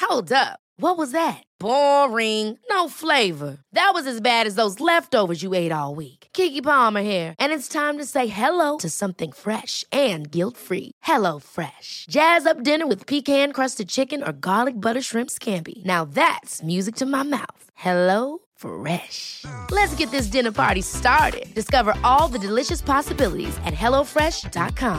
Hold up. What was that? Boring. No flavor. That was as bad as those leftovers you ate all week. Keke Palmer here, and it's time to say hello to something fresh and guilt-free. Hello Fresh. Jazz up dinner with pecan-crusted chicken or garlic butter shrimp scampi. Now that's music to my mouth. Hello Fresh. Let's get this dinner party started. Discover all the delicious possibilities at hellofresh.com.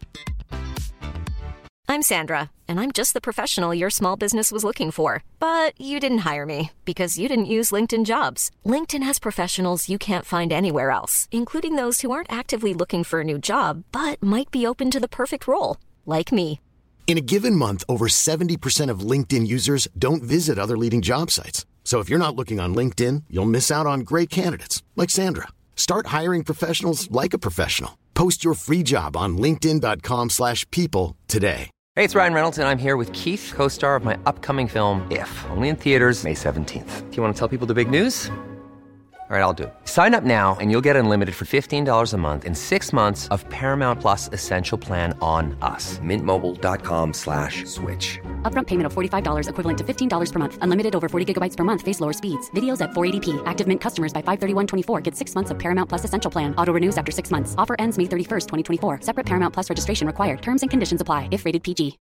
I'm Sandra, and I'm just the professional your small business was looking for. But you didn't hire me because you didn't use LinkedIn Jobs. LinkedIn has professionals you can't find anywhere else, including those who aren't actively looking for a new job, but might be open to the perfect role, like me. In a given month, over 70% of LinkedIn users don't visit other leading job sites. So if you're not looking on LinkedIn, you'll miss out on great candidates, like Sandra. Start hiring professionals like a professional. Post your free job on linkedin.com/people today. Hey, it's Ryan Reynolds, and I'm here with Keith, co-star of my upcoming film, If, only in theaters May 17th. Do you want to tell people the big news? All right, I'll do it. Sign up now and you'll get unlimited for $15 a month and 6 months of Paramount Plus Essential Plan on us. MintMobile.com/switch. Upfront payment of $45 equivalent to $15 per month. Unlimited over 40 gigabytes per month. Face lower speeds. Videos at 480p. Active Mint customers by 531.24 get 6 months of Paramount Plus Essential Plan. Auto renews after 6 months. Offer ends May 31st, 2024. Separate Paramount Plus registration required. Terms and conditions apply if rated PG.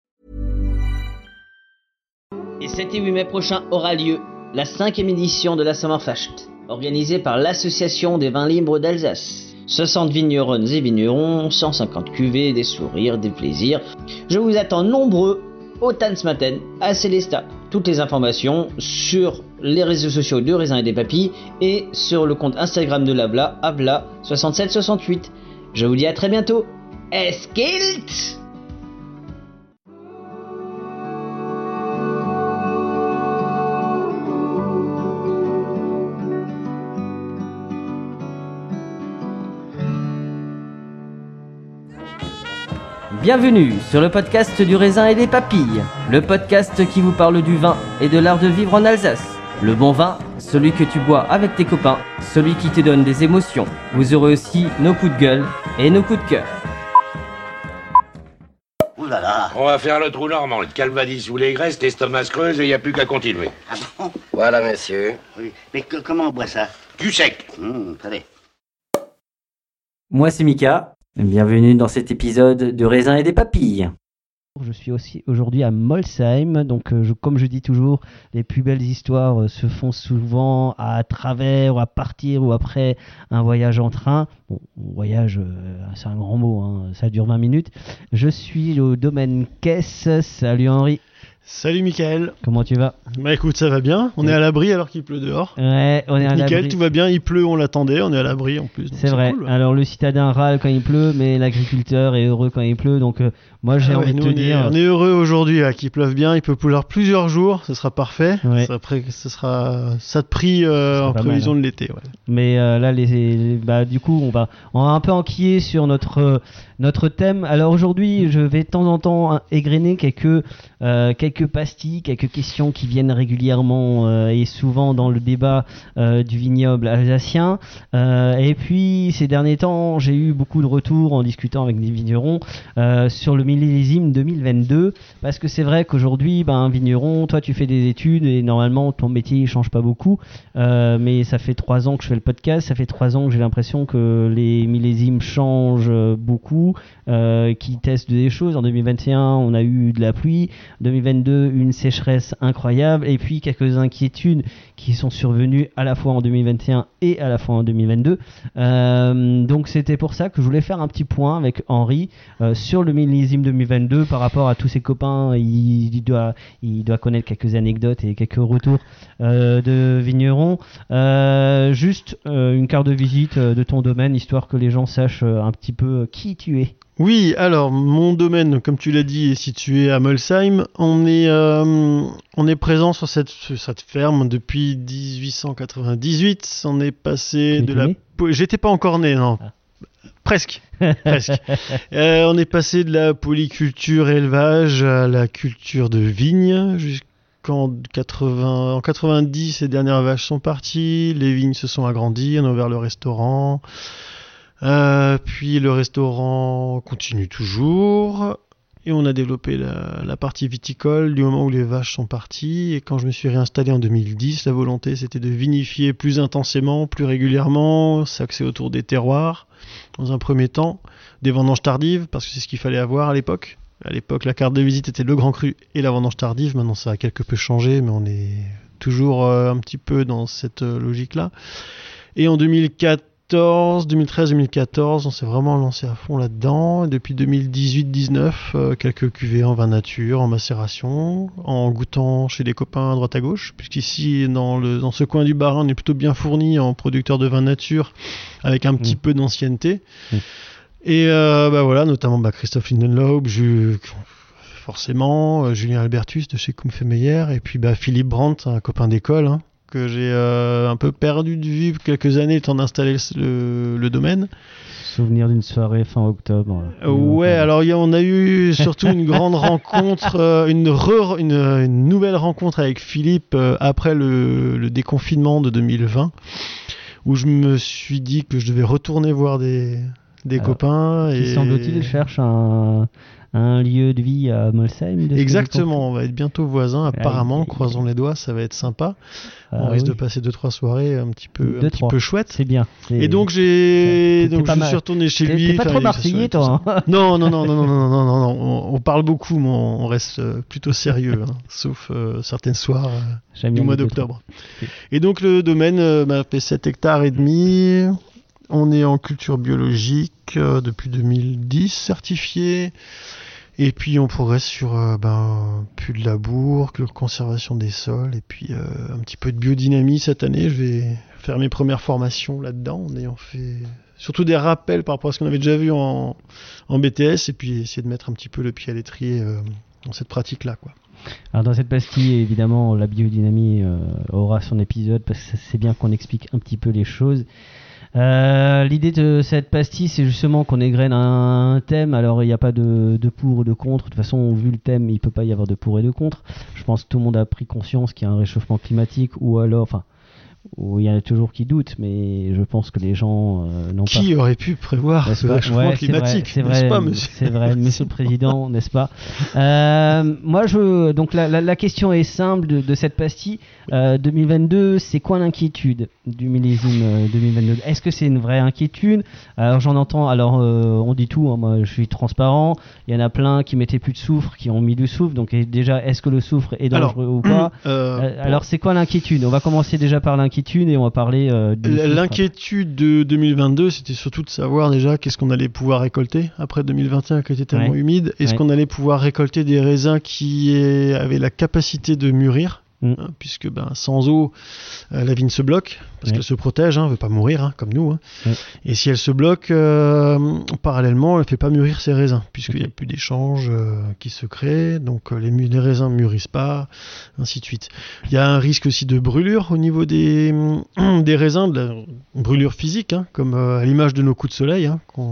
Et 7 et 8 mai prochain aura lieu la 5e édition de la Sommerfest, organisée par l'Association des vins libres d'Alsace. 60 vigneronnes et vignerons, 150 cuvées, des sourires, des plaisirs. Je vous attends nombreux au Tanzmatten à Célestat. Toutes les informations sur les réseaux sociaux de Raisin et des Papilles et sur le compte Instagram de l'Abla, Abla6768. Je vous dis à très bientôt. Es gilt! Bienvenue sur le podcast du Raisin et des Papilles, le podcast qui vous parle du vin et de l'art de vivre en Alsace. Le bon vin, celui que tu bois avec tes copains, celui qui te donne des émotions. Vous aurez aussi nos coups de gueule et nos coups de cœur. Ouh là là. On va faire le trou normand, le calvadis sous les graisses, l'estomac se creuse et il n'y a plus qu'à continuer. Ah bon? Voilà, monsieur. Oui. Mais comment on boit ça? Du sec. Allez. Moi c'est Mika, bienvenue dans cet épisode de Raisin et des Papilles. Je suis aussi aujourd'hui à Molsheim, donc comme je dis toujours, les plus belles histoires se font souvent à travers, ou à partir ou après un voyage en train. Bon, voyage, c'est un grand mot, hein, ça dure 20 minutes. Je suis au domaine Caisse. Salut Henri. Salut Mickaël. Comment tu vas? Bah écoute, ça va bien. On est à l'abri alors qu'il pleut dehors. Ouais, on est à l'abri. Nickel, tout va bien. Il pleut, on l'attendait. On est à l'abri en plus. C'est vrai. Cool. Alors le citadin râle quand il pleut, mais l'agriculteur est heureux quand il pleut. Donc moi j'ai envie de te dire. On est heureux aujourd'hui qu'il pleuve bien. Il peut pleuvoir plusieurs jours. Ce sera parfait. Ouais. Ce sera ça de prix en prévision de l'été. Ouais. Mais là, du coup, on va un peu enquiller sur notre thème. Alors aujourd'hui, je vais de temps en temps égrener quelques pastilles, quelques questions qui viennent régulièrement et souvent dans le débat du vignoble alsacien. Et puis ces derniers temps, j'ai eu beaucoup de retours en discutant avec des vignerons sur le millésime 2022, parce que c'est vrai qu'aujourd'hui, un vigneron, toi tu fais des études et normalement ton métier il change pas beaucoup, mais ça fait 3 ans que je fais le podcast, ça fait 3 ans que j'ai l'impression que les millésimes changent beaucoup, qui testent des choses. En 2021, on a eu de la pluie, 2022 une sécheresse incroyable, et puis quelques inquiétudes qui sont survenues à la fois en 2021 et à la fois en 2022. Donc c'était pour ça que je voulais faire un petit point avec Henri sur le millésime 2022 par rapport à tous ses copains. Il doit connaître quelques anecdotes et quelques retours de vignerons. Juste une carte de visite de ton domaine, histoire que les gens sachent un petit peu qui tu es. Oui, alors mon domaine, comme tu l'as dit, est situé à Molsheim. On est présent sur cette ferme depuis 1898. On est passé de la... J'étais pas encore né, non. Ah. Presque. On est passé de la polyculture élevage à la culture de vigne jusqu'en 80. En 90, les dernières vaches sont parties, les vignes se sont agrandies, on a ouvert le restaurant. Puis le restaurant continue toujours. Et on a développé la partie viticole du moment où les vaches sont parties. Et quand je me suis réinstallé en 2010, la volonté c'était de vinifier plus intensément, plus régulièrement, s'axer autour des terroirs. Dans un premier temps, des vendanges tardives, parce que c'est ce qu'il fallait avoir à l'époque. À l'époque, la carte de visite était le grand cru et la vendange tardive. Maintenant, ça a quelque peu changé, mais on est toujours un petit peu dans cette logique-là. Et en 2013-2014, on s'est vraiment lancé à fond là-dedans. Et depuis 2018-19, quelques cuvées en vin nature, en macération, en goûtant chez des copains à droite à gauche, puisqu'ici, dans ce coin du Bas-Rhin, on est plutôt bien fourni en producteurs de vin nature, avec un petit peu d'ancienneté. Et voilà, notamment Christophe Lindenlaub, forcément, Julien Albertus de chez Kumpfe-Meyer, et puis Philippe Brandt, un copain d'école, que j'ai un peu perdu de vue quelques années, étant d'installer le domaine. Souvenir d'une soirée fin octobre. Ouais, alors on a eu surtout une grande rencontre, une nouvelle rencontre avec Philippe après le déconfinement de 2020, où je me suis dit que je devais retourner voir des copains. Et semble-t-il cherche un lieu de vie à Molsheim. Exactement, on va être bientôt voisins apparemment, croisons les doigts, ça va être sympa. On risque de passer 2-3 soirées un petit peu chouettes. C'est bien. Et donc je suis retourné chez lui. T'es pas trop marseillais toi Non, on parle beaucoup, mais on reste plutôt sérieux, sauf certains soirs du mois d'octobre. Et donc le domaine fait 7 hectares et demi. On est en culture biologique depuis 2010, certifié. Et puis on progresse sur plus de labour, conservation des sols, et puis un petit peu de biodynamie cette année. Je vais faire mes premières formations là-dedans, en ayant fait surtout des rappels par rapport à ce qu'on avait déjà vu en BTS, et puis essayer de mettre un petit peu le pied à l'étrier dans cette pratique-là, quoi. Alors dans cette pastille, évidemment, la biodynamie aura son épisode, parce que c'est bien qu'on explique un petit peu les choses. L'idée de cette pastille, c'est justement qu'on égrène un thème. Alors il n'y a pas de pour ou de contre. De toute façon, vu le thème, il ne peut pas y avoir de pour et de contre. Je pense que tout le monde a pris conscience qu'il y a un réchauffement climatique, ou alors, où il y en a toujours qui doutent, mais je pense que les gens n'ont pas... Qui aurait pu prévoir ce réchauffement climatique, c'est vrai, n'est-ce pas, monsieur ? C'est vrai, monsieur le Président, n'est-ce pas ? Moi, donc la question est simple de cette pastille. 2022, c'est quoi l'inquiétude du millésime 2022 ? Est-ce que c'est une vraie inquiétude ? Alors j'en entends, on dit tout, moi je suis transparent, il y en a plein qui mettaient plus de soufre, qui ont mis du soufre, donc déjà, est-ce que le soufre est dangereux ou pas ? Alors c'est quoi l'inquiétude ? On va commencer déjà par l'inquiétude et on va parler l'inquiétude de 2022, c'était surtout de savoir déjà qu'est-ce qu'on allait pouvoir récolter après 2021 qui était tellement humide. Est-ce qu'on allait pouvoir récolter des raisins qui avaient la capacité de mûrir, puisque sans eau, la vigne se bloque, parce qu'elle se protège, ne veut pas mourir, comme nous. Et si elle se bloque, parallèlement, elle ne fait pas mûrir ses raisins, puisqu'il n'y a plus d'échange qui se crée, donc les raisins ne mûrissent pas, ainsi de suite. Il y a un risque aussi de brûlure au niveau des raisins, de la brûlure physique, comme à l'image de nos coups de soleil.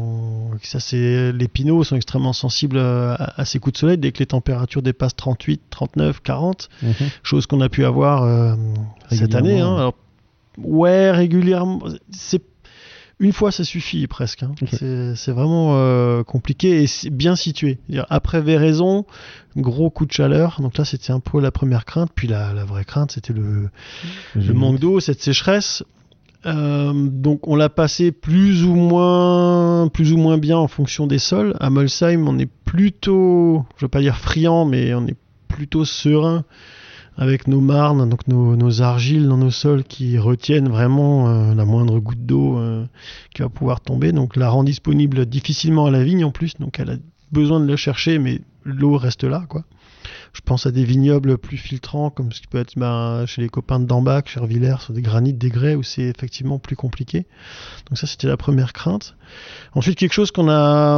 Les pinots sont extrêmement sensibles à ces coups de soleil, dès que les températures dépassent 38, 39, 40, chose qu'on a pu avoir cette année. Alors, régulièrement. Une fois, ça suffit presque. C'est vraiment compliqué et bien situé. Après Véraison, gros coup de chaleur. Donc là, c'était un peu la première crainte. Puis la vraie crainte, c'était le manque d'eau, cette sécheresse. Donc on l'a passé plus ou moins bien en fonction des sols. À Molsheim, on est plutôt, je ne veux pas dire friand, mais on est plutôt serein avec nos marnes, donc nos argiles dans nos sols qui retiennent vraiment la moindre goutte d'eau qui va pouvoir tomber. Donc la rend disponible difficilement à la vigne en plus, donc elle a besoin de la chercher, mais l'eau reste là, quoi. Je pense à des vignobles plus filtrants, comme ce qui peut être chez les copains de Dambach, chez Villers, sur des granites, des grès, où c'est effectivement plus compliqué. Donc ça, c'était la première crainte. Ensuite, quelque chose qu'on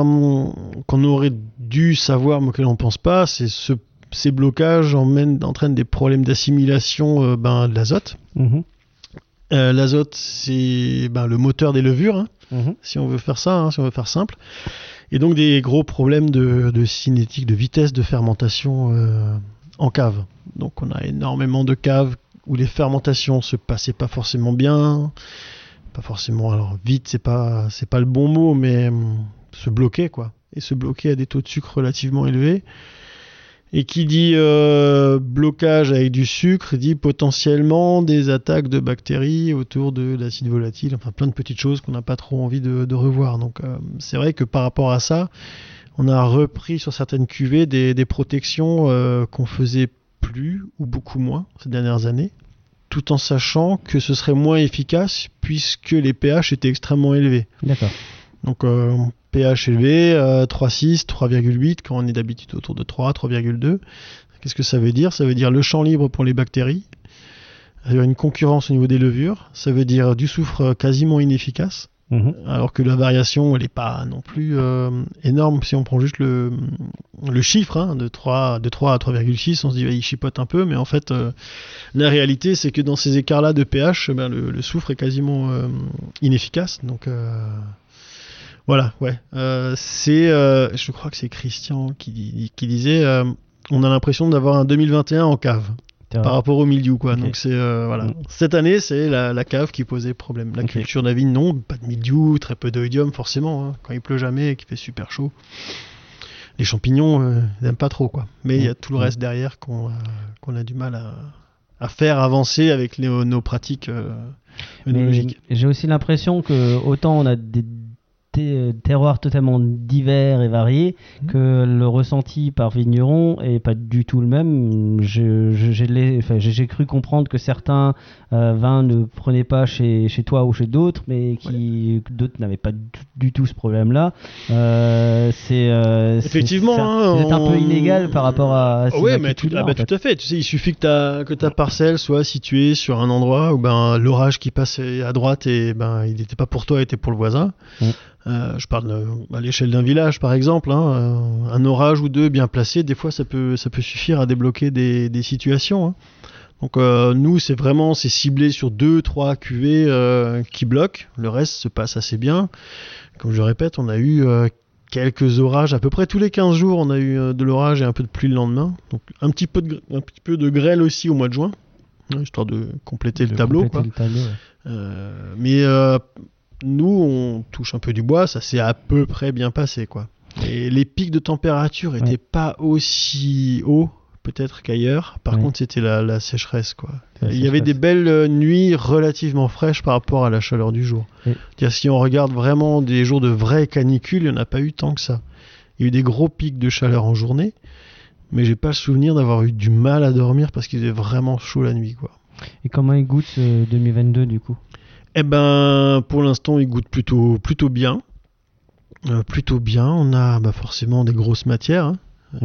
aurait dû savoir, mais auquel on ne pense pas, c'est ces blocages entraînent des problèmes d'assimilation de l'azote. L'azote, c'est le moteur des levures, si on veut faire ça, si on veut faire simple. Et donc des gros problèmes de cinétique, de vitesse de fermentation en cave. Donc on a énormément de caves où les fermentations se passaient pas forcément bien, pas forcément, alors vite c'est pas le bon mot, mais se bloquaient, quoi. et se bloquer à des taux de sucre relativement élevés. Et qui dit blocage avec du sucre, dit potentiellement des attaques de bactéries autour de l'acide volatile, enfin plein de petites choses qu'on n'a pas trop envie de revoir. Donc c'est vrai que par rapport à ça, on a repris sur certaines cuvées des protections qu'on faisait plus ou beaucoup moins ces dernières années, tout en sachant que ce serait moins efficace puisque les pH étaient extrêmement élevés. D'accord. Donc pH élevé, 3,6, 3,8, quand on est d'habitude autour de 3, 3,2. Qu'est-ce que ça veut dire ? Ça veut dire le champ libre pour les bactéries, ça veut dire une concurrence au niveau des levures, ça veut dire du soufre quasiment inefficace, alors que la variation, elle n'est pas non plus énorme. Si on prend juste le chiffre de 3 à 3,6, on se dit il chipote un peu, mais en fait, la réalité, c'est que dans ces écarts-là de pH, le soufre est quasiment inefficace. Donc voilà, ouais. Je crois que c'est Christian qui disait on a l'impression d'avoir un 2021 en cave par rapport au mildiou, quoi. Okay. Donc c'est voilà. Cette année, c'est la cave qui posait problème. La culture de la vigne, non, pas de mildiou, très peu d'oïdium forcément, hein, quand il pleut jamais et qu'il fait super chaud. Les champignons, ils n'aiment pas trop, quoi. Mais il y a tout le reste derrière qu'on a du mal à faire avancer avec nos pratiques œnologiques. J'ai aussi l'impression que autant on a des terroirs totalement divers et variés, que le ressenti par vigneron est pas du tout le même. J'ai cru comprendre que certains vins ne prenaient pas chez toi ou chez d'autres, mais d'autres n'avaient pas du tout ce problème-là. Effectivement, c'est un peu inégal par rapport à ces attitudes-là. Tout à fait. Tu sais, il suffit que ta parcelle soit située sur un endroit où l'orage qui passait à droite il n'était pas pour toi, il était pour le voisin. Je parle à l'échelle d'un village par exemple, un orage ou deux bien placé, des fois ça peut suffire à débloquer des situations. Hein. Donc nous c'est ciblé sur 2-3 cuvées qui bloquent, le reste se passe assez bien. Comme je le répète, on a eu quelques orages, à peu près tous les 15 jours on a eu de l'orage et un peu de pluie le lendemain. Donc un petit peu de grêle aussi au mois de juin, histoire de compléter le tableau. Mais nous, on touche un peu du bois, ça s'est à peu près bien passé, quoi. Et les pics de température n'étaient pas aussi hauts, peut-être qu'ailleurs. Par contre, c'était la sécheresse, quoi. Il y avait des belles nuits relativement fraîches par rapport à la chaleur du jour. C'est-à-dire, si on regarde vraiment des jours de vraie canicule, il n'y en a pas eu tant que ça. Il y a eu des gros pics de chaleur en journée, mais j'ai pas le souvenir d'avoir eu du mal à dormir parce qu'il faisait vraiment chaud la nuit, quoi. Et comment il goûte ce 2022, du coup ? Pour l'instant, il goûte plutôt bien. On a forcément des grosses matières.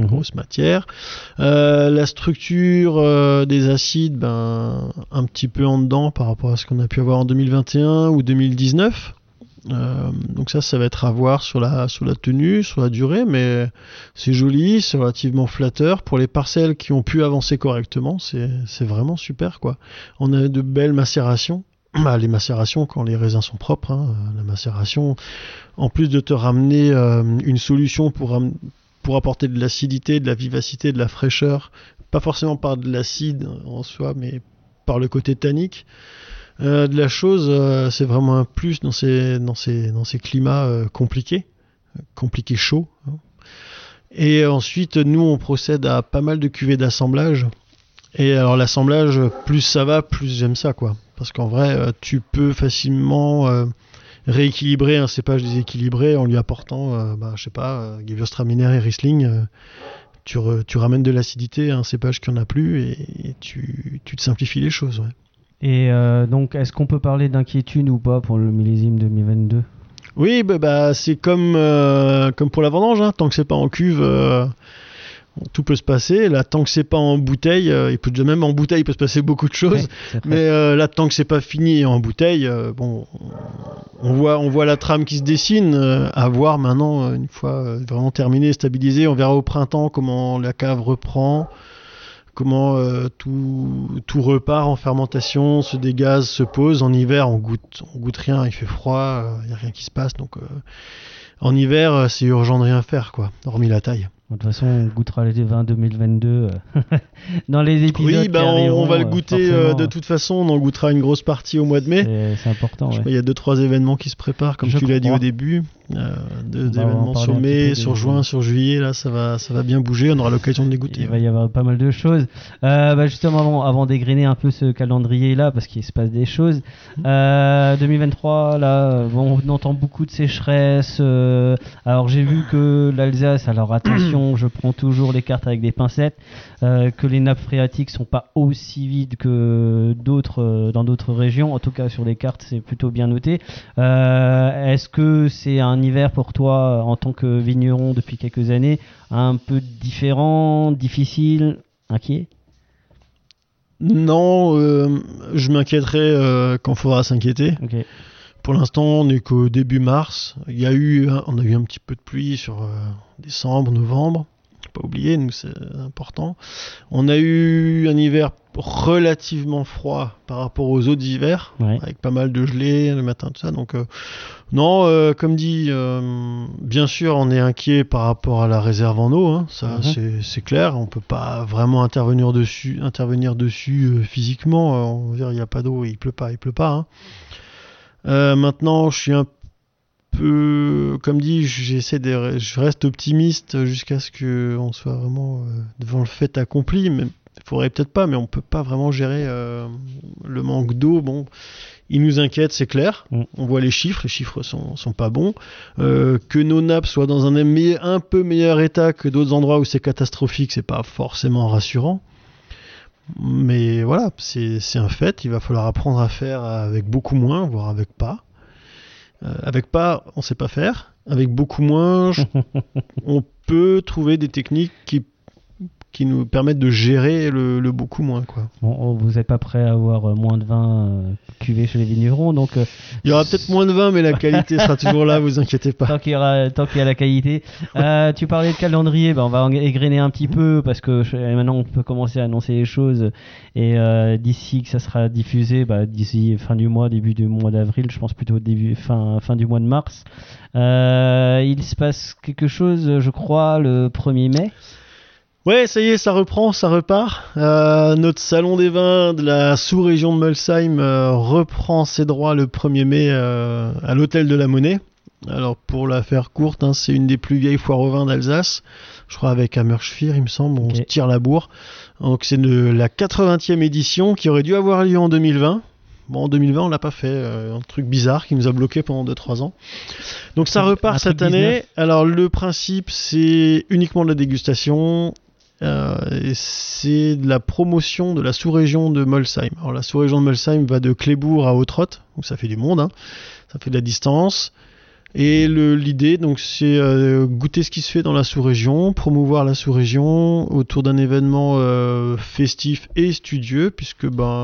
La structure des acides, un petit peu en dedans par rapport à ce qu'on a pu avoir en 2021 ou 2019. Donc ça va être à voir sur la tenue, sur la durée, mais c'est joli, c'est relativement flatteur. Pour les parcelles qui ont pu avancer correctement, c'est vraiment super, quoi. On a de belles macérations. Les macérations, quand les raisins sont propres, la macération, en plus de te ramener une solution pour apporter de l'acidité, de la vivacité, de la fraîcheur, pas forcément par de l'acide en soi, mais par le côté tannique, de la chose, c'est vraiment un plus dans ces climats compliqués chauds. Et ensuite, nous, on procède à pas mal de cuvées d'assemblage. Et alors l'assemblage, plus ça va, plus j'aime ça, quoi. Parce qu'en vrai, tu peux facilement rééquilibrer un cépage déséquilibré en lui apportant, Gewürztraminer et Riesling. Tu ramènes de l'acidité à un cépage qui n'en a plus et tu te simplifies les choses. Ouais. Et donc, est-ce qu'on peut parler d'inquiétude ou pas pour le millésime 2022 ? Oui, c'est comme pour la vendange, tant que c'est pas en cuve. Tout peut se passer. Là, tant que c'est pas en bouteille, même en bouteille, il peut se passer beaucoup de choses. Mais là, tant que c'est pas fini en bouteille, on voit la trame qui se dessine. À voir maintenant, une fois vraiment terminé, stabilisé, on verra au printemps comment la cave reprend, comment tout repart en fermentation, se dégaze, se pose. En hiver, on goûte rien, il fait froid, il y a rien qui se passe. Donc, en hiver, c'est urgent de rien faire, quoi, hormis la taille. De toute façon, on goûtera les vins 2022 dans les épisodes. Oui, on va le goûter de toute façon. On en goûtera une grosse partie au mois de mai. C'est important. Il y a 2-3 événements qui se préparent, comme tu l'as dit au début. Deux événements sur mai, sur juin, sur juillet. Là, ça va bien bouger. On aura l'occasion de les goûter. Il va y avoir pas mal de choses. Justement, avant d'égrener un peu ce calendrier-là, parce qu'il se passe des choses. 2023, là, on entend beaucoup de sécheresse. Alors, j'ai vu que l'Alsace, alors attention, je prends toujours les cartes avec des pincettes, que les nappes phréatiques sont pas aussi vides que dans d'autres régions. En tout cas, sur les cartes, c'est plutôt bien noté. Est-ce que c'est un hiver pour toi, en tant que vigneron depuis quelques années, un peu différent, difficile, inquiet ? Non, je m'inquiéterai quand il faudra s'inquiéter. Okay. Pour l'instant, on n'est qu'au début mars. On a eu un petit peu de pluie sur décembre, novembre. Pas oublier, nous c'est important. On a eu un hiver relativement froid par rapport aux autres hivers, avec pas mal de gelée le matin, tout ça. Donc non, comme dit, bien sûr, on est inquiet par rapport à la réserve en eau. Ça, c'est clair. On peut pas vraiment intervenir dessus physiquement. On va dire, il n'y a pas d'eau, il pleut pas. Maintenant, je suis un peu, comme dit, je reste optimiste jusqu'à ce qu'on soit vraiment devant le fait accompli. Mais il faudrait peut-être pas, mais on peut pas vraiment gérer le manque d'eau. Bon, il nous inquiète, c'est clair. On voit les chiffres sont pas bons. Que nos nappes soient dans un peu meilleur état que d'autres endroits où c'est catastrophique, c'est pas forcément rassurant. Mais voilà, c'est un fait. Il va falloir apprendre à faire avec beaucoup moins, voire avec pas. Avec pas, on sait pas faire. Avec beaucoup moins, on peut trouver des techniques qui nous permettent de gérer le beaucoup moins, quoi. Bon, vous n'êtes pas prêt à avoir moins de vin cuvés chez les vignerons, donc... Il y aura peut-être moins de vin, mais la qualité sera toujours là, vous inquiétez pas. Tant qu'il y a la qualité. Tu parlais de calendrier, on va égrener un petit peu, parce que maintenant on peut commencer à annoncer les choses, et d'ici que ça sera diffusé, d'ici fin du mois, début du mois d'avril, je pense plutôt fin du mois de mars, il se passe quelque chose, je crois, le 1er mai. Ouais, ça y est, ça reprend, ça repart. Notre salon des vins de la sous-région de Molsheim reprend ses droits le 1er mai à l'hôtel de la Monnaie. Alors, pour la faire courte, c'est une des plus vieilles foires au vin d'Alsace. Je crois avec Hammerschwir, il me semble, on se tire la bourre. Donc, c'est la 80e édition qui aurait dû avoir lieu en 2020. Bon, en 2020, on l'a pas fait. Un truc bizarre qui nous a bloqué pendant 2-3 ans. Donc, ça repart cette année. Alors, le principe, c'est uniquement de la dégustation. Et c'est de la promotion de la sous-région de Molsheim. Alors la sous-région de Molsheim va de Clébourg à Autrot, donc ça fait du monde, ça fait de la distance. Et l'idée, donc, c'est goûter ce qui se fait dans la sous-région, promouvoir la sous-région autour d'un événement festif et studieux, puisque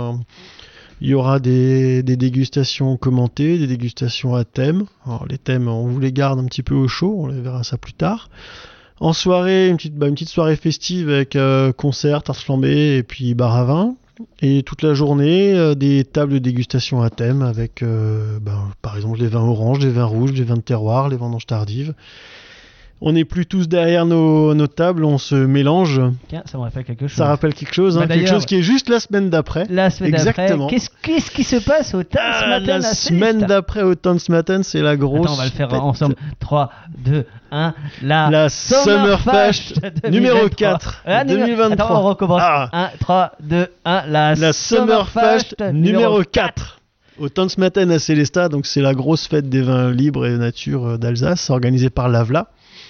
il y aura des dégustations commentées, des dégustations à thème. Alors les thèmes, on vous les garde un petit peu au chaud, on les verra ça plus tard. En soirée, une petite soirée festive avec concert, tarte flambée et puis bar à vin. Et toute la journée, des tables de dégustation à thème avec, par exemple, les vins oranges, les vins rouges, les vins de terroir, les vendanges tardives. On n'est plus tous derrière nos tables, on se mélange. Tiens, ça me rappelle quelque chose. Ça rappelle quelque chose, quelque chose qui est juste la semaine d'après. La semaine Exactement. d'après. Qu'est-ce qui se passe au Tanzmatten La semaine d'après au Tanzmatten, c'est la grosse. Attends, on va le faire ensemble. 3, 2, 1. La Sommerfest numéro 4 2023. Attends, on recommence. 1, 3, 2, 1. La Sommerfest numéro 4. Au Tanzmatten à Célestat, donc c'est la grosse fête des vins libres et de nature d'Alsace, organisée par l'AVLA.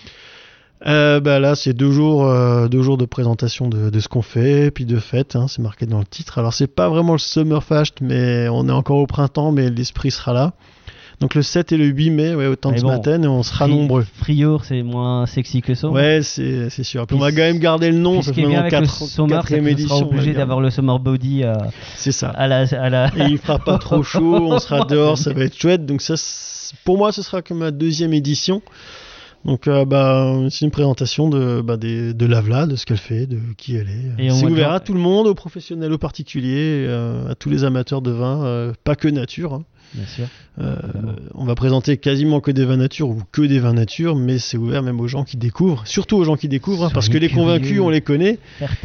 Là, c'est 2 jours de présentation de ce qu'on fait, puis de fête, c'est marqué dans le titre. Alors, c'est pas vraiment le Sommerfest, mais on est encore au printemps, mais l'esprit sera là. Donc, le 7 et le 8 mai, au Tanzmatten, et on sera nombreux. Friour, c'est moins sexy que ça. Ouais, c'est sûr. Puis on va quand même garder le nom, ça fait maintenant 4e édition. On sera obligé d'avoir le Summer Body c'est ça. À la... Et il fera pas trop chaud, on sera dehors, ça va être chouette. Donc, ça, pour moi, ce sera comme la 2e édition. Donc c'est une présentation de l'AVLA, de ce qu'elle fait, de qui elle est. C'est ouvert à tout le monde, aux professionnels, aux particuliers, à tous les amateurs de vin, pas que nature. Bien sûr. On va présenter quasiment que des vins nature ou que des vins nature, mais c'est ouvert même aux gens qui découvrent, surtout aux gens qui découvrent, parce que les convaincus, on les connaît.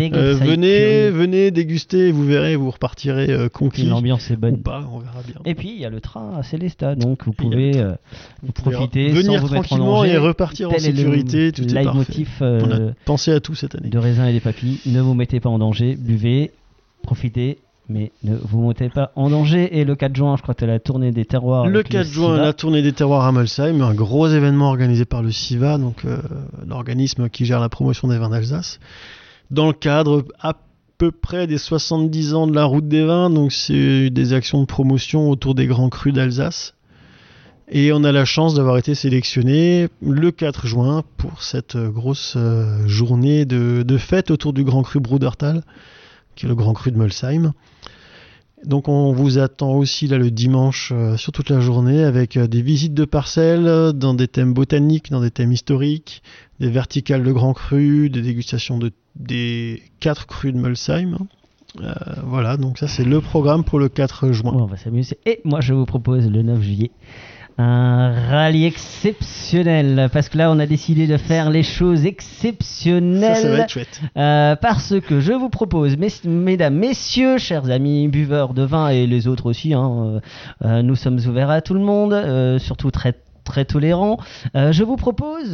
Venez déguster, vous verrez, vous repartirez conquis. L'ambiance est bonne. Ou pas, on verra bien. Et puis il y a le train à Célestat, donc vous pouvez profiter, venir sans vous mettre en tranquillement danger. et repartir en sécurité. Tout est parfait. On a pensé à tout cette année. De raisin et des papilles. Ne vous mettez pas en danger, buvez, profitez. Mais ne vous mettez pas en danger. Et le 4 juin, je crois que tu as la tournée des terroirs. Le 4 juin, la tournée des terroirs à Molsheim, un gros événement organisé par le CIVA, donc l'organisme qui gère la promotion des vins d'Alsace, dans le cadre à peu près des 70 ans de la route des vins. Donc c'est des actions de promotion autour des grands crus d'Alsace. Et on a la chance d'avoir été sélectionné le 4 juin pour cette grosse journée de fête autour du grand cru Brudertal, qui est le grand cru de Molsheim. Donc on vous attend aussi là le dimanche sur toute la journée avec des visites de parcelles dans des thèmes botaniques, dans des thèmes historiques, des verticales de grands crus, des dégustations des 4 crus de Molsheim. Voilà, donc ça c'est le programme pour le 4 juin. On va s'amuser. Et moi je vous propose le 9 juillet un rallye exceptionnel, parce que là on a décidé de faire les choses exceptionnelles. Ça va être chouette. Parce que je vous propose, mesdames, messieurs, chers amis buveurs de vin et les autres aussi, nous sommes ouverts à tout le monde, surtout très tolérant. Je vous propose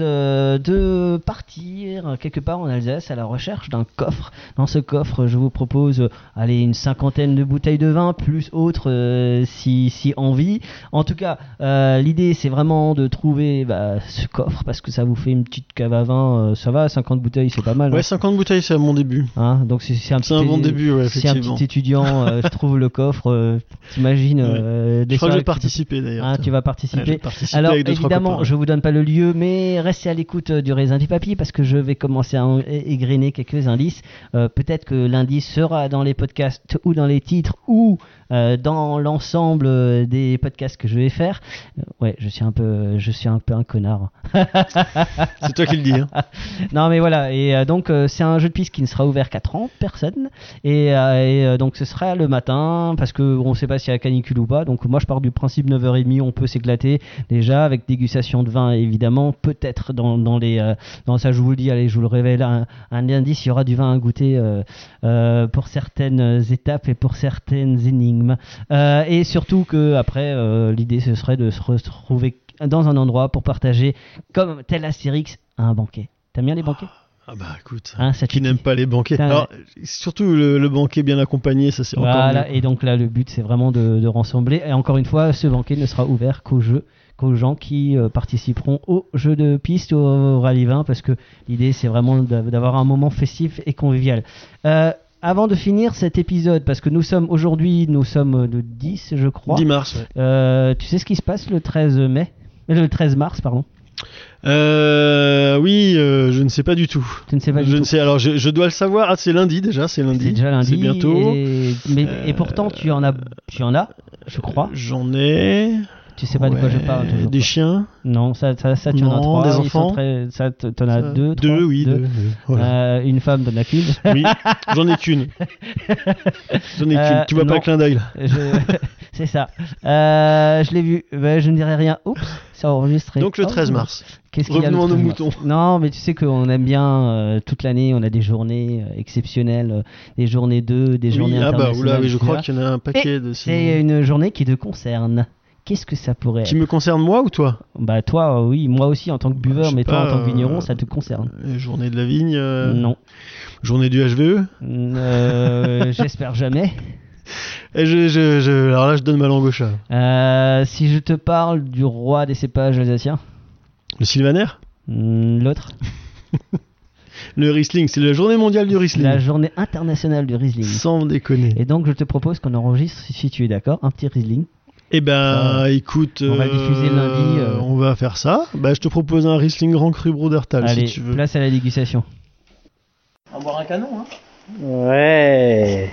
de partir quelque part en Alsace à la recherche d'un coffre. Dans ce coffre, je vous propose une 50aine de bouteilles de vin, plus autres si envie. En tout cas, l'idée c'est vraiment de trouver ce coffre, parce que ça vous fait une petite cave à vin. Ça va, 50 bouteilles, c'est pas mal. Ouais, 50 bouteilles, c'est à mon début. Donc c'est un bon début, ouais, effectivement. Si un petit étudiant je trouve le coffre, t'imagines. Je crois que je vais participer d'ailleurs. Tu vas participer. Alors, évidemment, je vous donne pas le lieu, mais restez à l'écoute du raisin du papy, parce que je vais commencer à égrener quelques indices. Peut-être que l'indice sera dans les podcasts ou dans les titres ou dans l'ensemble des podcasts que je vais faire. Je suis un peu un connard. C'est toi qui le dis. Non mais voilà, et donc c'est un jeu de piste qui ne sera ouvert qu'à 30 personnes, et donc ce sera le matin, parce qu'on ne sait pas s'il y a canicule ou pas. Donc moi je pars du principe 9h30, on peut s'éclater déjà avec dégustation de vin évidemment, peut-être dans ça je vous le dis, allez je vous le révèle, un indice, il y aura du vin à goûter pour certaines étapes et pour certaines énigmes, et surtout que après l'idée ce serait de se retrouver dans un endroit pour partager, comme tel Astérix, un banquet. T'aimes bien les banquets ? Écoute, qui n'aime pas les banquets. Alors, surtout le banquet bien accompagné, ça c'est encore mieux. Et donc là, le but c'est vraiment de rassembler. Et encore une fois, ce banquet ne sera ouvert qu'aux gens qui participeront au jeu de piste, au rallye vin, parce que l'idée c'est vraiment d'avoir un moment festif et convivial. Avant de finir cet épisode, parce que nous sommes le 10, je crois. 10 mars, ouais. Tu sais ce qui se passe le 13 mars, pardon. Oui, je ne sais pas du tout. Tu ne sais pas du tout. Alors, je dois le savoir. Ah, c'est lundi déjà, c'est lundi. C'est déjà lundi. C'est bientôt. Et pourtant, tu en as, je crois. J'en ai. Tu sais pas de quoi je parle. Des chiens. Non, ça tu en as 3. Des enfants. T'en as 2. 2, oui. 2. Voilà. Une femme, t'en as qu'une. Oui, j'en ai qu'une. Tu vois pas le clin d'œil là. C'est ça. Je l'ai vu. Je ne dirai rien. Oups, c'est enregistré. Donc le 13 mars. Revenons à nos moutons. Non, mais tu sais qu'on aime bien toute l'année. On a des journées exceptionnelles, des journées 2, des journées internationales. Oui, je crois qu'il y en a un paquet de. C'est une journée qui te concerne. Qu'est-ce que ça pourrait être ? Qui me concerne moi ou toi ? Toi, oui, moi aussi en tant que buveur, mais toi en tant que vigneron, ça te concerne. Journée de la vigne Non. Journée du HVE J'espère jamais. Alors là, je donne ma langue au chat. Si je te parle du roi des cépages alsaciens ? Le Sylvaner ? L'autre ? Le Riesling, c'est la journée mondiale du Riesling. La journée internationale du Riesling. Sans déconner. Et donc, je te propose qu'on enregistre, si tu es d'accord, un petit Riesling. Écoute, on va diffuser lundi. On va faire ça. Je te propose un Riesling Grand Cru Brudertal, si tu veux. Place à la dégustation. On va boire un canon, hein ? Ouais.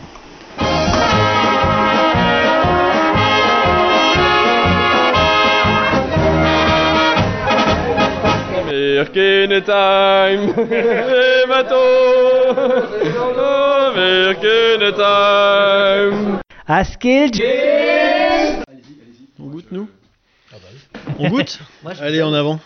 Time, les bateaux, Time. Askild. On goûte. Allez, en avant.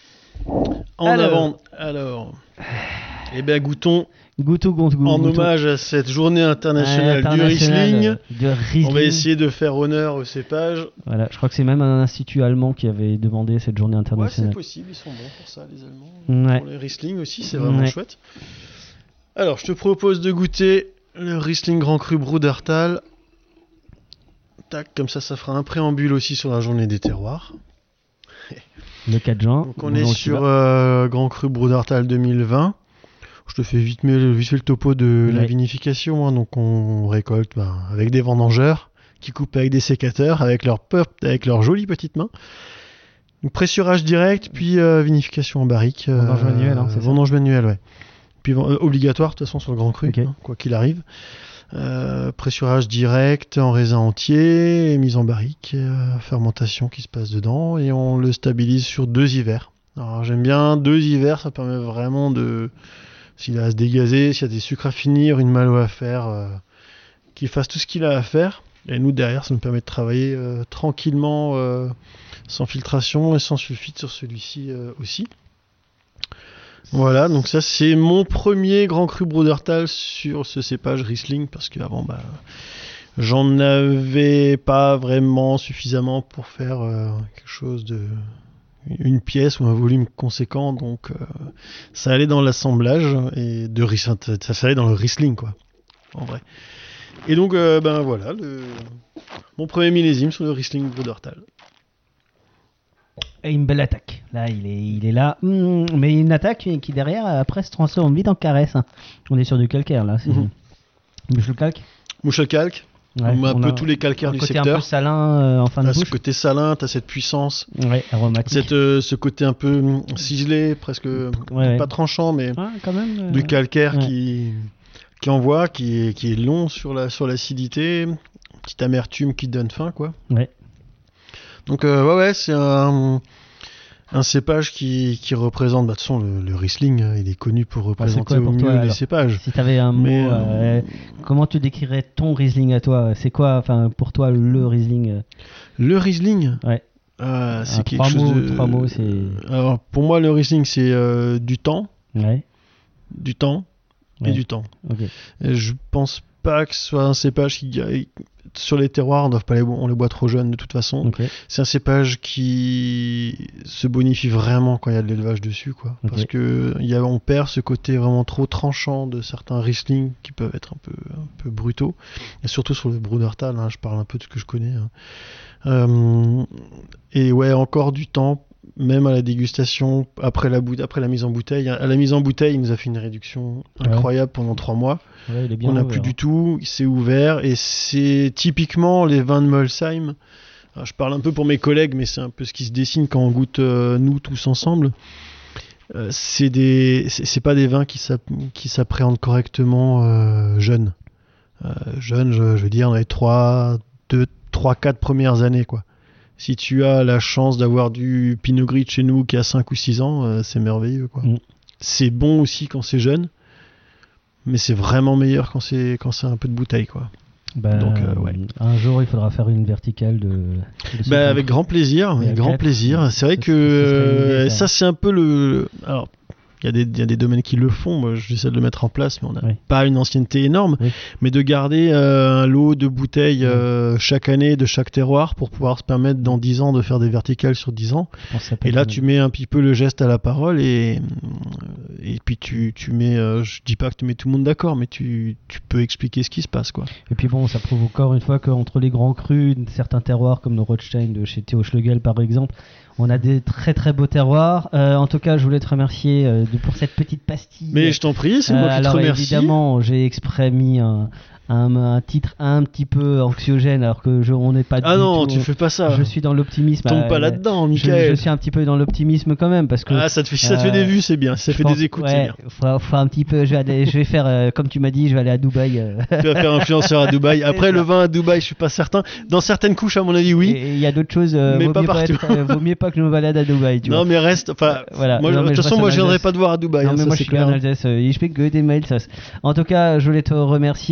Alors. Eh bien, goûtons. En hommage à cette journée internationale du Riesling. On va essayer de faire honneur au cépage. Voilà, je crois que c'est même un institut allemand qui avait demandé cette journée internationale. Ouais, c'est possible, ils sont bons pour ça, les Allemands. Ouais. Pour les Riesling aussi, c'est vraiment chouette. Alors, je te propose de goûter le Riesling Grand Cru Brudertal. Tac, comme ça fera un préambule aussi sur la journée des terroirs. Le 4 juin. Donc, on est sur Grand Cru Brudertal 2020. Je te fais vite fait le topo de la vinification. Hein. Donc on récolte avec des vendangeurs qui coupent avec des sécateurs, avec leurs jolies petites mains. Donc pressurage direct, puis vinification en barrique. Vendange manuelle, c'est ça. Vendange manuelle, ouais. Puis obligatoire de toute façon sur le Grand Cru, quoi qu'il arrive. Pressurage direct en raisin entier, mise en barrique, fermentation qui se passe dedans, et on le stabilise sur 2 hivers. Alors j'aime bien 2 hivers, ça permet vraiment de... S'il a à se dégazer, s'il y a des sucres à finir, une malo à faire, qu'il fasse tout ce qu'il a à faire. Et nous, derrière, ça nous permet de travailler tranquillement, sans filtration et sans sulfite sur celui-ci aussi. Voilà, donc ça, c'est mon premier Grand Cru Brudertal sur ce cépage Riesling, parce qu'avant, j'en avais pas vraiment suffisamment pour faire quelque chose de... une pièce ou un volume conséquent, donc ça allait dans l'assemblage et ça allait dans le Riesling, quoi, en vrai. Et donc voilà mon premier millésime sur le Riesling Brudertal. Et une belle attaque. Là, il est là, mais une attaque qui derrière après se transforme vite en caresse. Hein. On est sur du calcaire là. C'est Mouchelkalk. Ouais, on a un peu tous les calcaires du secteur. Un peu salin en fin de bouche. Ce côté salin, t'as cette puissance, aromatique. Ce côté un peu ciselé, presque pas tranchant, mais quand même, du calcaire qui envoie, qui est long sur l'acidité, petite amertume qui donne faim, quoi. Ouais. Donc c'est un cépage qui représente, de toute façon, le Riesling, il est connu pour représenter au mieux les cépages. Si tu avais un mot, comment tu décrirais ton Riesling à toi ? C'est quoi, pour toi, le Riesling ? Le Riesling ? Ouais. C'est quelque chose de... 3 mots, c'est... Alors, pour moi, le Riesling, c'est du temps. Ouais. Du temps et du temps. Okay. Et je pense pas que ce soit un cépage qui... Sur les terroirs, on les boit trop jeunes de toute façon. Okay. C'est un cépage qui se bonifie vraiment quand il y a de l'élevage dessus, quoi. Okay. Parce que on perd ce côté vraiment trop tranchant de certains Riesling qui peuvent être un peu brutaux. Et surtout sur le Brudertal, je parle un peu de ce que je connais. Et encore du temps, même à la dégustation, après la mise en bouteille. À la mise en bouteille, il nous a fait une réduction incroyable pendant 3 mois. Ouais, il est bien on n'a plus du tout, il s'est ouvert, et c'est typiquement les vins de Molsheim. Alors, je parle un peu pour mes collègues, mais c'est un peu ce qui se dessine quand on goûte nous tous ensemble. C'est pas des vins qui s'appréhendent correctement jeunes. Jeunes, je veux dire, dans les 3-4 premières années, quoi. Si tu as la chance d'avoir du Pinot Gris chez nous qui a 5 ou 6 ans, c'est merveilleux, quoi. C'est bon aussi quand c'est jeune, mais c'est vraiment meilleur quand c'est un peu de bouteille, quoi. Donc, un jour, il faudra faire une verticale de avec grand plaisir, C'est vrai que ça, c'est un peu le... Alors, il y a des domaines qui le font, moi j'essaie de le mettre en place, mais on n'a pas une ancienneté énorme, mais de garder un lot de bouteilles chaque année de chaque terroir pour pouvoir se permettre dans 10 ans de faire des verticales sur 10 ans. Et là tu mets un petit peu le geste à la parole, et puis tu mets, je dis pas que tu mets tout le monde d'accord, mais tu peux expliquer ce qui se passe, quoi. Et puis bon, ça prouve encore une fois qu'entre les grands crus, certains terroirs comme le Rothstein de chez Théo Schlegel par exemple, on a des très très beaux terroirs. En tout cas, je voulais te remercier pour cette petite pastille. Mais je t'en prie, c'est moi qui te remercie. Évidemment, j'ai exprès mis un titre un petit peu anxiogène, alors que on n'est pas du tout... Ah non, tu fais pas ça. Je suis dans l'optimisme. Tombe pas là-dedans, Michael. Je suis un petit peu dans l'optimisme quand même, parce que... Ah, ça te fait des vues, c'est bien. Ça fait des écoutes, c'est bien. Faut un petit peu... Je vais faire, comme tu m'as dit, je vais aller à Dubaï. Tu vas faire influenceur à Dubaï. Après, le vin à Dubaï, je suis pas certain. Dans certaines couches, à mon avis, oui. Et il y a d'autres choses. Mais pas partout. Vaut mieux pas que je me balade à Dubaï. Non, mais reste... Voilà. De toute façon, moi, je viendrai pas te voir à Dubaï. Non, mais moi, je suis en Alsace. Je fais que des mails. En tout cas, je voulais te remercier. Donc,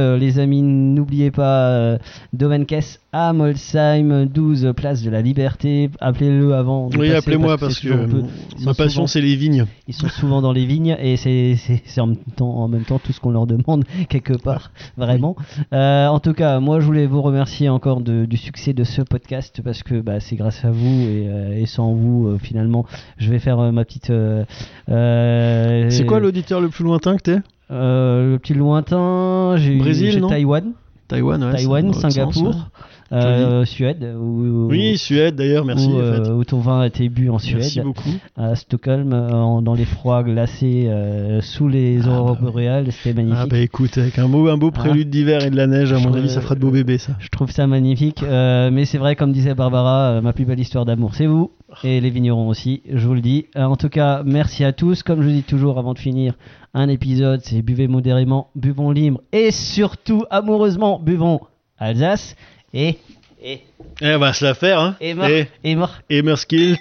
les amis, n'oubliez pas Domaine Caisse à Molsheim, 12 place de la Liberté. Appelez-le avant. Oui, appelez-moi parce que ma passion c'est les vignes. Ils sont souvent dans les vignes et c'est en même temps tout ce qu'on leur demande quelque part, vraiment. En tout cas, moi je voulais vous remercier encore du succès de ce podcast parce que c'est grâce à vous et sans vous finalement je vais faire ma petite. C'est quoi l'auditeur le plus lointain que t'es? Le petit lointain, j'ai Taïwan. Taïwan, Singapour, Suède. Oui, Suède d'ailleurs, merci. Où ton vin a été bu en Suède. Merci beaucoup. À Stockholm, dans les froids glacés sous les aurores boréales, c'était magnifique. Ah bah écoute, avec un beau prélude d'hiver et de la neige, à mon avis, ça fera de beaux bébés ça. Je trouve ça magnifique, mais c'est vrai, comme disait Barbara, ma plus belle histoire d'amour, c'est vous. Et les vignerons aussi, je vous le dis. En tout cas, merci à tous. Comme je dis toujours avant de finir un épisode, c'est buvez modérément, buvons libre et surtout amoureusement, buvons Alsace et on va se la faire, hein. Emerskilt.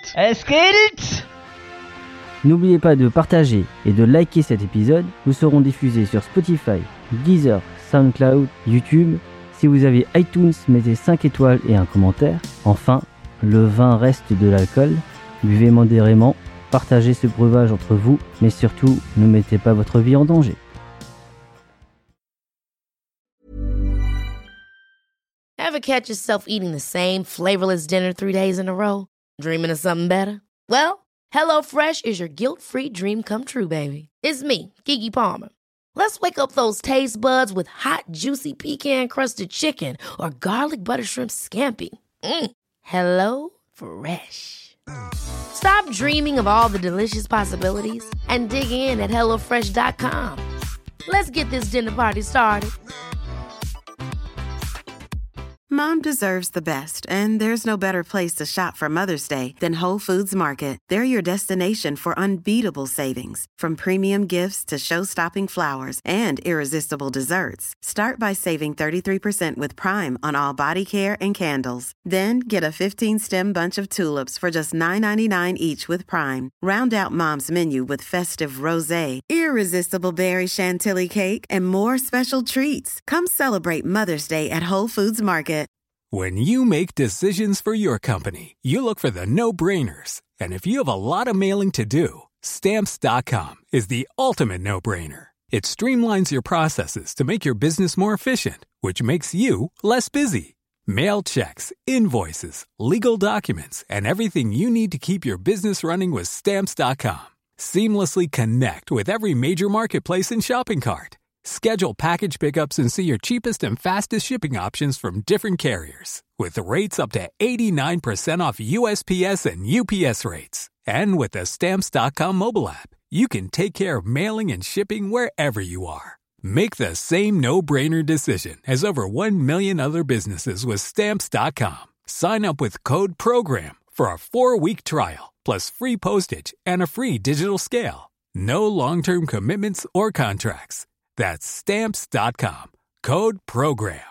N'oubliez pas de partager et de liker cet épisode. Nous serons diffusés sur Spotify, Deezer, SoundCloud, YouTube. Si vous avez iTunes, mettez 5 étoiles et un commentaire. Enfin, le vin reste de l'alcool. Buvez modérément, partagez ce breuvage entre vous, mais surtout, ne mettez pas votre vie en danger. Ever catch yourself eating the same flavorless dinner 3 days in a row? Dreaming of something better? Well, HelloFresh is your guilt-free dream come true, baby. It's me, Keke Palmer. Let's wake up those taste buds with hot, juicy pecan-crusted chicken or garlic butter shrimp scampi. Hello Fresh. Stop dreaming of all the delicious possibilities and dig in at HelloFresh.com. Let's get this dinner party started. Mom deserves the best, and there's no better place to shop for Mother's Day than Whole Foods Market. They're your destination for unbeatable savings, from premium gifts to show-stopping flowers and irresistible desserts. Start by saving 33% with Prime on all body care and candles. Then get a 15-stem bunch of tulips for just $9.99 each with Prime. Round out Mom's menu with festive rosé, irresistible berry chantilly cake, and more special treats. Come celebrate Mother's Day at Whole Foods Market. When you make decisions for your company, you look for the no-brainers. And if you have a lot of mailing to do, Stamps.com is the ultimate no-brainer. It streamlines your processes to make your business more efficient, which makes you less busy. Mail checks, invoices, legal documents, and everything you need to keep your business running with Stamps.com. Seamlessly connect with every major marketplace and shopping cart. Schedule package pickups and see your cheapest and fastest shipping options from different carriers. With rates up to 89% off USPS and UPS rates. And with the Stamps.com mobile app, you can take care of mailing and shipping wherever you are. Make the same no-brainer decision as over 1 million other businesses with Stamps.com. Sign up with code PROGRAM for a 4-week trial, plus free postage and a free digital scale. No long-term commitments or contracts. That's Stamps.com. Code PROGRAM.